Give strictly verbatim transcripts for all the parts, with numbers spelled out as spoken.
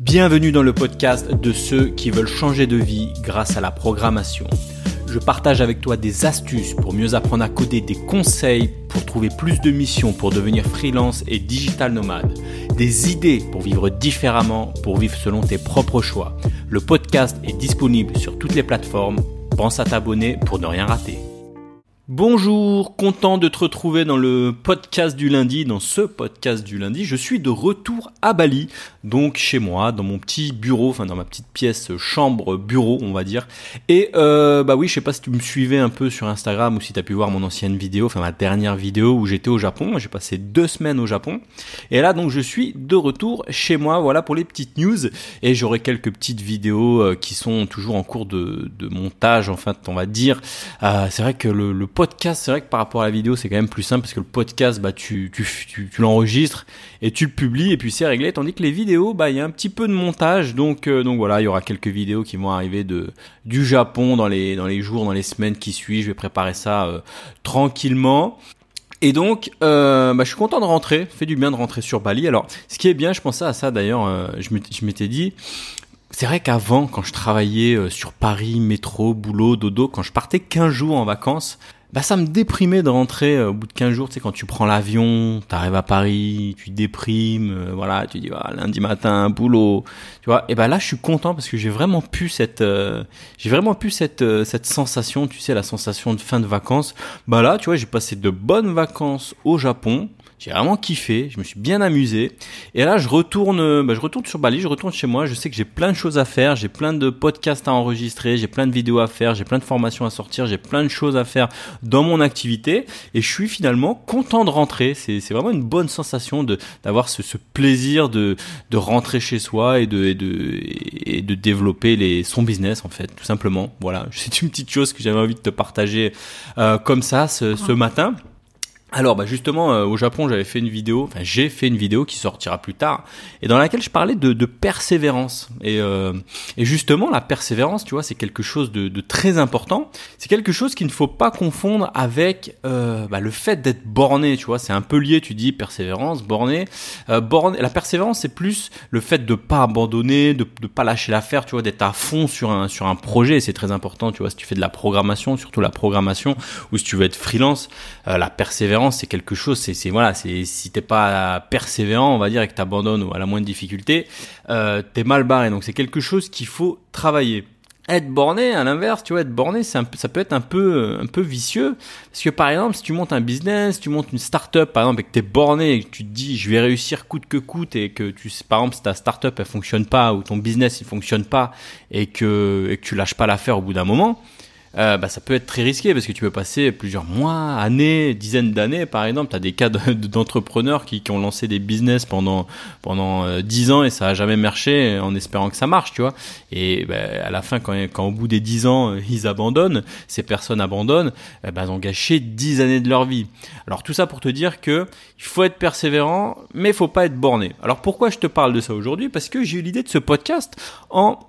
Bienvenue dans le podcast de ceux qui veulent changer de vie grâce à la programmation. Je partage avec toi des astuces pour mieux apprendre à coder, des conseils pour trouver plus de missions, pour devenir freelance et digital nomade, des idées pour vivre différemment, pour vivre selon tes propres choix. Le podcast est disponible sur toutes les plateformes. Pense à t'abonner pour ne rien rater. Bonjour, content de te retrouver dans le podcast du lundi, dans ce podcast du lundi. Je suis de retour à Bali, donc chez moi, dans mon petit bureau, enfin dans ma petite pièce chambre bureau, on va dire. Et euh, bah oui, je sais pas si tu me suivais un peu sur Instagram ou si tu as pu voir mon ancienne vidéo, enfin ma dernière vidéo où j'étais au Japon. J'ai passé deux semaines au Japon. Et là, donc je suis de retour chez moi, voilà pour les petites news. Et j'aurai quelques petites vidéos euh, qui sont toujours en cours de, de montage, enfin on va dire. Euh, c'est vrai que le, le podcast, c'est vrai que par rapport à la vidéo, c'est quand même plus simple parce que le podcast, bah tu tu tu, tu l'enregistres et tu le publies et puis c'est réglé. Tandis que les vidéos, bah il y a un petit peu de montage, donc euh, donc voilà, il y aura quelques vidéos qui vont arriver de du Japon dans les dans les jours, dans les semaines qui suivent. Je vais préparer ça euh, tranquillement. Et donc, euh, bah, je suis content de rentrer. Ça fait du bien de rentrer sur Bali. Alors, ce qui est bien, je pensais à ça d'ailleurs. Euh, je m'étais, je m'étais dit. C'est vrai qu'avant, quand je travaillais sur Paris, métro, boulot, dodo, quand je partais quinze jours en vacances, bah ça me déprimait de rentrer au bout de quinze jours. Tu sais, quand tu prends l'avion, t'arrives à Paris, tu déprimes, euh, voilà, tu dis ah, lundi matin, boulot, tu vois. Et bah là, je suis content parce que j'ai vraiment pu cette, euh, j'ai vraiment pu cette euh, cette sensation, tu sais, la sensation de fin de vacances. Bah là, tu vois, j'ai passé de bonnes vacances au Japon. J'ai vraiment kiffé, je me suis bien amusé. Et là, je retourne, bah, je retourne sur Bali, je retourne chez moi. Je sais que j'ai plein de choses à faire, j'ai plein de podcasts à enregistrer, j'ai plein de vidéos à faire, j'ai plein de formations à sortir, j'ai plein de choses à faire dans mon activité. Et je suis finalement content de rentrer. C'est, c'est vraiment une bonne sensation de d'avoir ce, ce plaisir de de rentrer chez soi et de et de et de développer les son business en fait, tout simplement. Voilà, c'est une petite chose que j'avais envie de te partager euh, comme ça ce, ce matin. Alors bah justement euh, au Japon j'avais fait une vidéo, enfin j'ai fait une vidéo qui sortira plus tard et dans laquelle je parlais de, de persévérance et, euh, et justement la persévérance tu vois c'est quelque chose de, de très important, c'est quelque chose qu'il ne faut pas confondre avec euh, bah, le fait d'être borné tu vois c'est un peu lié tu dis persévérance, borné, euh, borné la persévérance c'est plus le fait de pas abandonner, de, de pas lâcher l'affaire tu vois d'être à fond sur un, sur un projet c'est très important tu vois si tu fais de la programmation surtout la programmation ou si tu veux être freelance euh, la persévérance c'est quelque chose, c'est, c'est voilà, c'est si t'es pas persévérant, on va dire, et que t'abandonnes ou à la moindre difficulté, euh, t'es mal barré. Donc c'est quelque chose qu'il faut travailler. Être borné, à l'inverse, tu vois, être borné, c'est un peu, ça peut être un peu, un peu vicieux, parce que par exemple, si tu montes un business, tu montes une start-up, par exemple, et que t'es borné, et que tu te dis, je vais réussir coûte que coûte, et que tu, par exemple, si ta start-up elle fonctionne pas ou ton business il fonctionne pas, et que, et que tu lâches pas l'affaire au bout d'un moment. Euh, bah ça peut être très risqué parce que tu peux passer plusieurs mois, années, dizaines d'années par exemple. Tu as des cas de, d'entrepreneurs qui, qui ont lancé des business pendant pendant euh, dix ans et ça a jamais marché en espérant que ça marche, tu vois. Et bah, à la fin quand, quand au bout des dix ans ils abandonnent, ces personnes abandonnent, eh ben, elles ont gâché dix années de leur vie. Alors tout ça pour te dire que il faut être persévérant mais il faut pas être borné. Alors pourquoi je te parle de ça aujourd'hui? Parce que j'ai eu l'idée de ce podcast en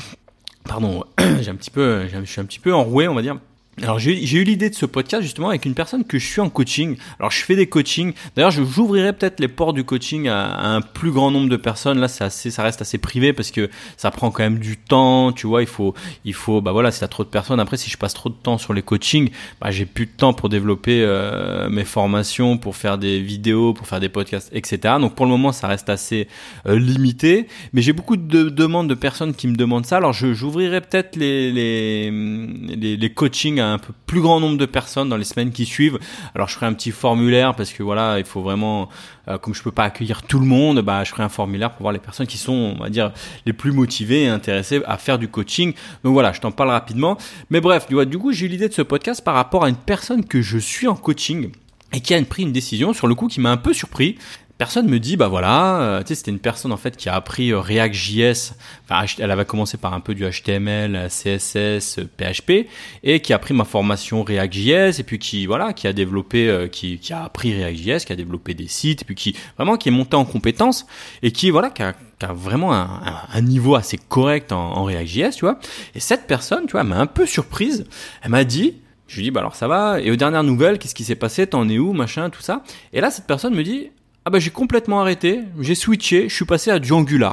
Pardon, j'ai un petit peu, je suis un petit peu enroué, on va dire. Alors j'ai, j'ai eu l'idée de ce podcast justement avec une personne que je suis en coaching. Alors je fais des coachings. D'ailleurs, je j'ouvrirai peut-être les portes du coaching à, à un plus grand nombre de personnes. Là, c'est assez, ça reste assez privé parce que ça prend quand même du temps. Tu vois, il faut, il faut, bah voilà, si t'as trop de personnes. Après, si je passe trop de temps sur les coachings, bah j'ai plus de temps pour développer euh, mes formations, pour faire des vidéos, pour faire des podcasts, et cetera. Donc pour le moment, ça reste assez euh, limité. Mais j'ai beaucoup de demandes de personnes qui me demandent ça. Alors je, j'ouvrirai peut-être les les les, les coachings à un peu plus grand nombre de personnes dans les semaines qui suivent. Alors je ferai un petit formulaire parce que voilà, il faut vraiment, euh, comme je peux pas accueillir tout le monde, bah je ferai un formulaire pour voir les personnes qui sont, on va dire, les plus motivées et intéressées à faire du coaching. Donc voilà, je t'en parle rapidement. Mais bref, du coup, du coup j'ai eu l'idée de ce podcast par rapport à une personne que je suis en coaching et qui a pris une décision sur le coup qui m'a un peu surpris. Personne me dit bah voilà, euh, tu sais c'était une personne en fait qui a appris euh, React.js, enfin elle avait commencé par un peu du H T M L, C S S, P H P et qui a pris ma formation React.js et puis qui voilà, qui a développé euh, qui qui a appris React.js, qui a développé des sites et puis qui vraiment qui est monté en compétences et qui voilà qui a, qui a vraiment un, un, un niveau assez correct en, en React.js, tu vois. Et cette personne, tu vois, m'a un peu surprise. Elle m'a dit Je lui dis, bah alors ça va. Et aux dernières nouvelles, qu'est-ce qui s'est passé? T'en es où? Machin, tout ça. Et là, cette personne me dit, ah bah j'ai complètement arrêté. J'ai switché. Je suis passé à du Angular.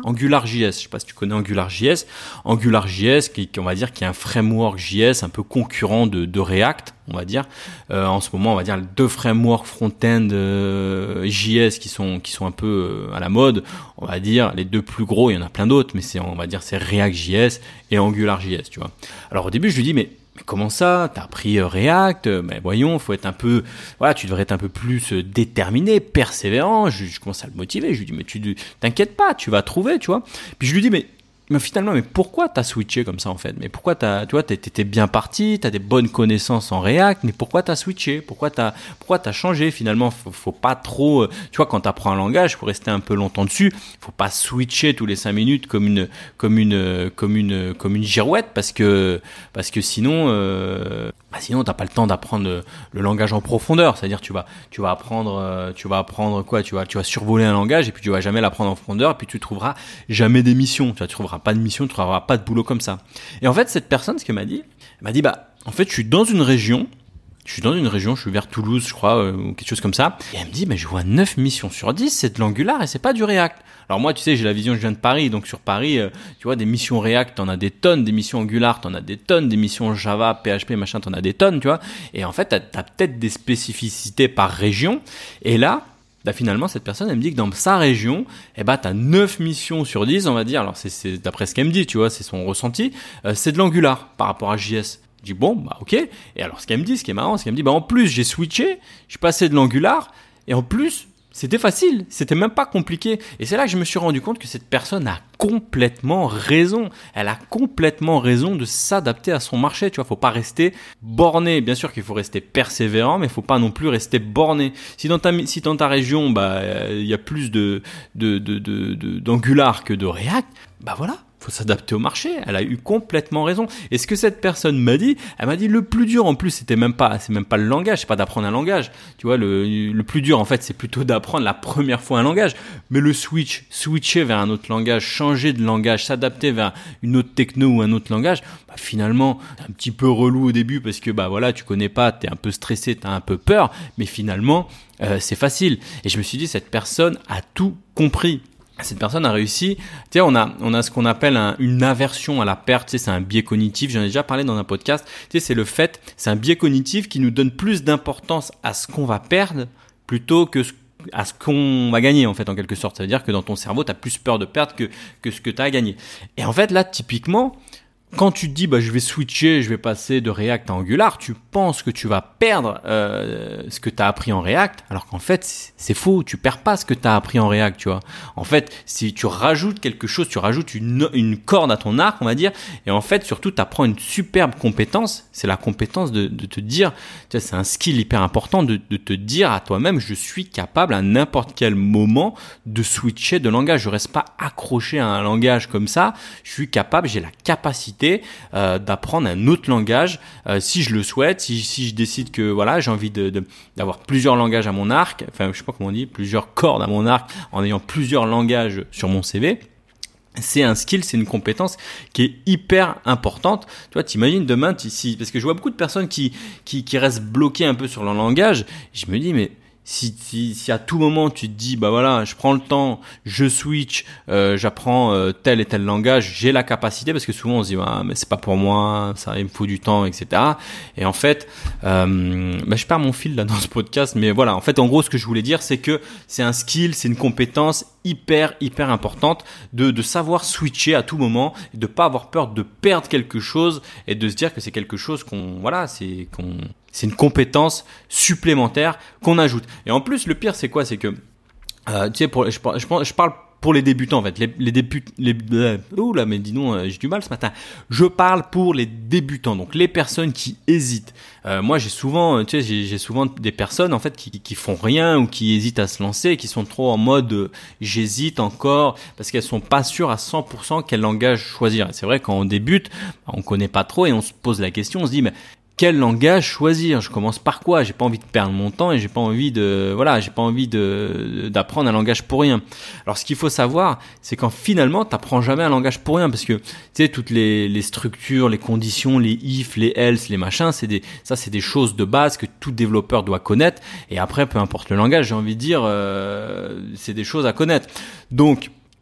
AngularJS. Je sais pas si tu connais AngularJS. AngularJS, qui, qui on va dire, qui est un framework J S un peu concurrent de, de React, on va dire. Euh, en ce moment, on va dire deux frameworks front-end euh, J S qui sont qui sont un peu euh, à la mode. On va dire les deux plus gros. Il y en a plein d'autres, mais c'est on va dire c'est React.js et AngularJS, tu vois. Alors au début, je lui dis mais Mais comment ça? T'as appris React? Mais voyons, faut être un peu, voilà, tu devrais être un peu plus déterminé, persévérant. Je, je commence à le motiver. Je lui dis, mais tu, t'inquiète pas, tu vas trouver, tu vois. Puis je lui dis, mais, mais finalement, mais pourquoi t'as switché comme ça en fait? Mais pourquoi t'as, tu vois, t'étais bien parti, t'as des bonnes connaissances en React, mais pourquoi t'as switché? Pourquoi t'as, pourquoi t'as changé finalement? Faut, faut pas trop, tu vois, quand t'apprends un langage, faut rester un peu longtemps dessus. Faut pas switcher tous les cinq minutes comme une, comme une, comme une, comme une girouette parce que, parce que sinon, euh, bah sinon t'as pas le temps d'apprendre le langage en profondeur. C'est-à-dire tu vas, tu vas apprendre, tu vas apprendre quoi? Tu vas, tu vas survoler un langage et puis tu vas jamais l'apprendre en profondeur et puis tu trouveras jamais d'émission. Tu vois, tu trouveras pas de mission, tu trouveras pas de boulot comme ça. Et en fait, cette personne, ce qu'elle m'a dit, elle m'a dit, bah, en fait, je suis dans une région, je suis dans une région, je suis vers Toulouse, je crois, euh, ou quelque chose comme ça. Et elle me dit, mais je vois neuf missions sur dix, c'est de l'Angular et c'est pas du React. Alors moi, tu sais, j'ai la vision, je viens de Paris, donc sur Paris, euh, tu vois, des missions React, t'en as des tonnes, des missions Angular, t'en as des tonnes, des missions Java, P H P, machin, t'en as des tonnes, tu vois. Et en fait, t'as, t'as peut-être des spécificités par région. Et là, Là, finalement, cette personne, elle me dit que dans sa région, eh ben, t'as neuf missions sur dix, on va dire. Alors, c'est, c'est d'après ce qu'elle me dit, tu vois, c'est son ressenti. Euh, c'est de l'Angular par rapport à J S. Je dis, bon, bah, ok. Et alors, ce qu'elle me dit, ce qui est marrant, c'est qu'elle me dit, bah, en plus, j'ai switché, je suis passé de l'Angular, et en plus, c'était facile, c'était même pas compliqué. Et c'est là que je me suis rendu compte que cette personne a complètement raison. Elle a complètement raison de s'adapter à son marché. Tu vois, faut pas rester borné. Bien sûr qu'il faut rester persévérant, mais il faut pas non plus rester borné. Si dans ta, si dans ta région, bah, il y a plus de, de, de, de, de, d'Angular que de React, bah voilà. Faut s'adapter au marché. Elle a eu complètement raison. Et ce que cette personne m'a dit, elle m'a dit le plus dur en plus, c'était même pas, c'est même pas le langage, c'est pas d'apprendre un langage. Tu vois, le, le plus dur en fait, c'est plutôt d'apprendre la première fois un langage. Mais le switch, switcher vers un autre langage, changer de langage, s'adapter vers une autre techno ou un autre langage, bah finalement, c'est un petit peu relou au début parce que bah voilà, tu connais pas, t'es un peu stressé, t'as un peu peur, mais finalement, euh, c'est facile. Et je me suis dit, cette personne a tout compris. Cette personne a réussi. Tu sais, on a, on a ce qu'on appelle un, une aversion à la perte. Tu sais, c'est un biais cognitif. J'en ai déjà parlé dans un podcast. Tu sais, c'est le fait, c'est un biais cognitif qui nous donne plus d'importance à ce qu'on va perdre plutôt que ce, à ce qu'on va gagner, en fait, en quelque sorte. Ça veut dire que dans ton cerveau, tu as plus peur de perdre que, que ce que tu as à gagner. Et en fait, là, typiquement, quand tu te dis bah je vais switcher, je vais passer de React à Angular, tu penses que tu vas perdre euh, ce que tu as appris en React, alors qu'en fait c'est faux, tu perds pas ce que tu as appris en React, tu vois. En fait, si tu rajoutes quelque chose, tu rajoutes une une corde à ton arc, on va dire, et en fait surtout tu apprends une superbe compétence, c'est la compétence de de te dire, tu vois, c'est un skill hyper important de de te dire à toi-même je suis capable à n'importe quel moment de switcher de langage, je reste pas accroché à un langage comme ça, je suis capable, j'ai la capacité Euh, d'apprendre un autre langage euh, si je le souhaite, si, si je décide que voilà j'ai envie de, de, d'avoir plusieurs langages à mon arc, enfin je sais pas comment on dit, plusieurs cordes à mon arc en ayant plusieurs langages sur mon C V. C'est un skill, c'est une compétence qui est hyper importante. Tu vois, t'imagines demain, si, parce que je vois beaucoup de personnes qui, qui, qui restent bloquées un peu sur leur langage. Je me dis mais Si, si, si à tout moment tu te dis bah voilà je prends le temps, je switch, euh, j'apprends euh, tel et tel langage, j'ai la capacité, parce que souvent on se dit ah, mais c'est pas pour moi, ça il me faut du temps, et cetera. Et en fait euh, bah, je perds mon fil là dans ce podcast, mais voilà, en fait en gros ce que je voulais dire c'est que c'est un skill, c'est une compétence hyper hyper importante de de savoir switcher à tout moment, et de pas avoir peur de perdre quelque chose et de se dire que c'est quelque chose qu'on voilà c'est qu'on c'est une compétence supplémentaire qu'on ajoute. Et en plus, le pire, c'est quoi? C'est que, euh, tu sais, pour, je, je, je parle pour les débutants, en fait. Les, les débutants, les, oh là, mais dis donc, euh, j'ai du mal ce matin. Je parle pour les débutants, donc les personnes qui hésitent. Euh, moi, j'ai souvent, tu sais, j'ai, j'ai souvent des personnes, en fait, qui, qui font rien ou qui hésitent à se lancer, qui sont trop en mode, euh, j'hésite encore, parce qu'elles sont pas sûres à cent pour cent quel langage choisir. Et c'est vrai, quand on débute, on connaît pas trop et on se pose la question, on se dit, mais quel langage choisir? Je commence par quoi? J'ai pas envie de perdre mon temps et j'ai pas envie de, voilà, j'ai pas envie de, d'apprendre un langage pour rien. Alors, ce qu'il faut savoir, c'est qu'en finalement, t'apprends jamais un langage pour rien, parce que, tu sais, toutes les, les structures, les conditions, les if, les else, les machins, c'est des, ça, c'est des choses de base que tout développeur doit connaître. Et après, peu importe le langage, j'ai envie de dire, euh, c'est des choses à connaître. Donc,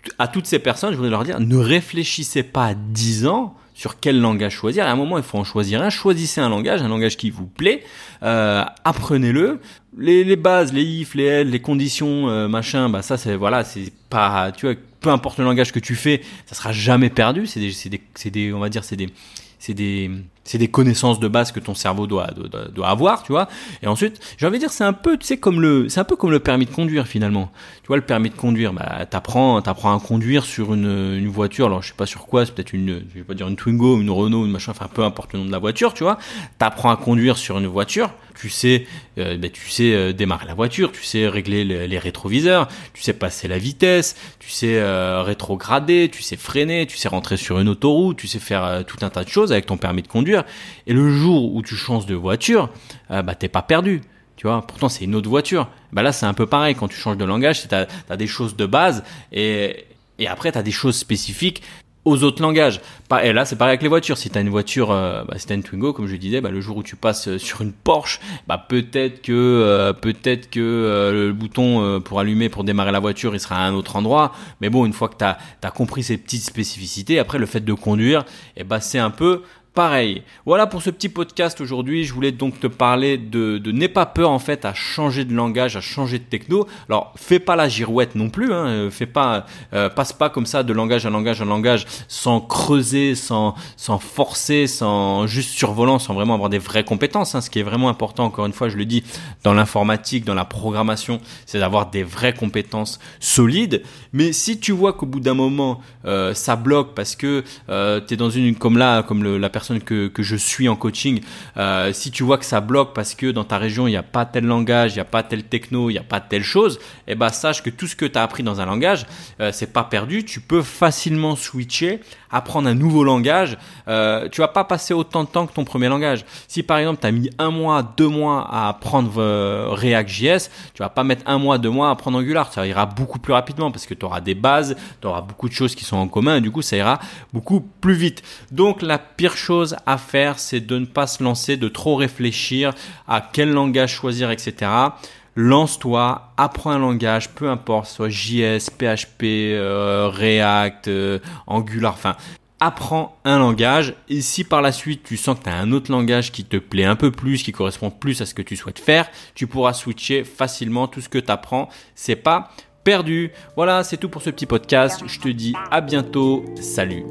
à toutes ces personnes, je voudrais leur dire, ne réfléchissez pas à dix ans sur quel langage choisir. À un moment, il faut en choisir un. Choisissez un langage, un langage qui vous plaît. Euh, apprenez-le. Les, les bases, les if, les elles, les conditions, euh, machin, bah ça, c'est voilà, c'est pas, tu vois, peu importe le langage que tu fais, ça sera jamais perdu. C'est des, c'est des, c'est des, on va dire, c'est des, c'est des, c'est des connaissances de base que ton cerveau doit, doit, doit avoir, tu vois. Et ensuite, j'ai envie de dire, c'est un peu, tu sais, comme le, c'est un peu comme le permis de conduire finalement. Tu vois, le permis de conduire, bah, t'apprends, t'apprends à conduire sur une, une voiture. Alors, je sais pas sur quoi, c'est peut-être une, je vais pas dire une Twingo, une Renault, une machin, enfin, peu importe le nom de la voiture, tu vois. T'apprends à conduire sur une voiture. Tu sais, euh, bah, tu sais euh, démarrer la voiture, tu sais régler les, les rétroviseurs, tu sais passer la vitesse, tu sais euh, rétrograder, tu sais freiner, tu sais rentrer sur une autoroute, tu sais faire euh, tout un tas de choses avec ton permis de conduire. Et le jour où tu changes de voiture, euh, bah t'es pas perdu. Tu vois, pourtant c'est une autre voiture. Bah là c'est un peu pareil, quand tu changes de langage, c'est t'as, t'as des choses de base et et après t'as des choses spécifiques aux autres langages. Et là, c'est pareil avec les voitures. Si t'as une voiture, euh, bah, si t'as une Twingo, comme je disais, bah, le jour où tu passes sur une Porsche, bah, peut-être que, euh, peut-être que euh, le bouton euh, pour allumer, pour démarrer la voiture, il sera à un autre endroit. Mais bon, une fois que t'as, t'as compris ces petites spécificités, après, le fait de conduire, eh bah, c'est un peu pareil. Voilà pour ce petit podcast aujourd'hui. Je voulais donc te parler de, de n'aie pas peur en fait à changer de langage, à changer de techno. Alors fais pas la girouette non plus. Hein. Fais pas, euh, passe pas comme ça de langage à langage à langage sans creuser, sans sans forcer, sans juste survolant, sans vraiment avoir des vraies compétences. Hein. Ce qui est vraiment important, encore une fois, je le dis, dans l'informatique, dans la programmation, c'est d'avoir des vraies compétences solides. Mais si tu vois qu'au bout d'un moment euh, ça bloque parce que euh, t'es dans une comme là, comme le, la personne que que je suis en coaching, euh, si tu vois que ça bloque parce que dans ta région il n'y a pas tel langage, il n'y a pas tel techno, il n'y a pas telle chose, eh ben sache que tout ce que tu as appris dans un langage, euh, c'est pas perdu. Tu peux facilement switcher, apprendre un nouveau langage. Euh, tu vas pas passer autant de temps que ton premier langage. Si par exemple tu as mis un mois, deux mois à apprendre euh, React.js, tu vas pas mettre un mois, deux mois à apprendre Angular. Ça ira beaucoup plus rapidement parce que tu auras des bases, tu auras beaucoup de choses qui sont en commun et du coup ça ira beaucoup plus vite. Donc la pire chose à faire, c'est de ne pas se lancer, de trop réfléchir à quel langage choisir, et cetera. Lance-toi, apprends un langage, peu importe, soit J S, P H P, euh, React, euh, Angular, enfin, apprends un langage. Et si par la suite tu sens que tu as un autre langage qui te plaît un peu plus, qui correspond plus à ce que tu souhaites faire, tu pourras switcher facilement. Tout ce que tu apprends, c'est pas perdu. Voilà, c'est tout pour ce petit podcast. Je te dis à bientôt. Salut.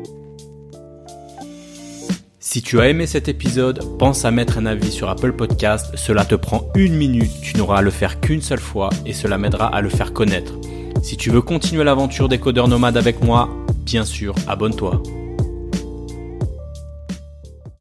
Si tu as aimé cet épisode, pense à mettre un avis sur Apple Podcast. Cela te prend une minute, tu n'auras à le faire qu'une seule fois et cela m'aidera à le faire connaître. Si tu veux continuer l'aventure des codeurs nomades avec moi, bien sûr, abonne-toi.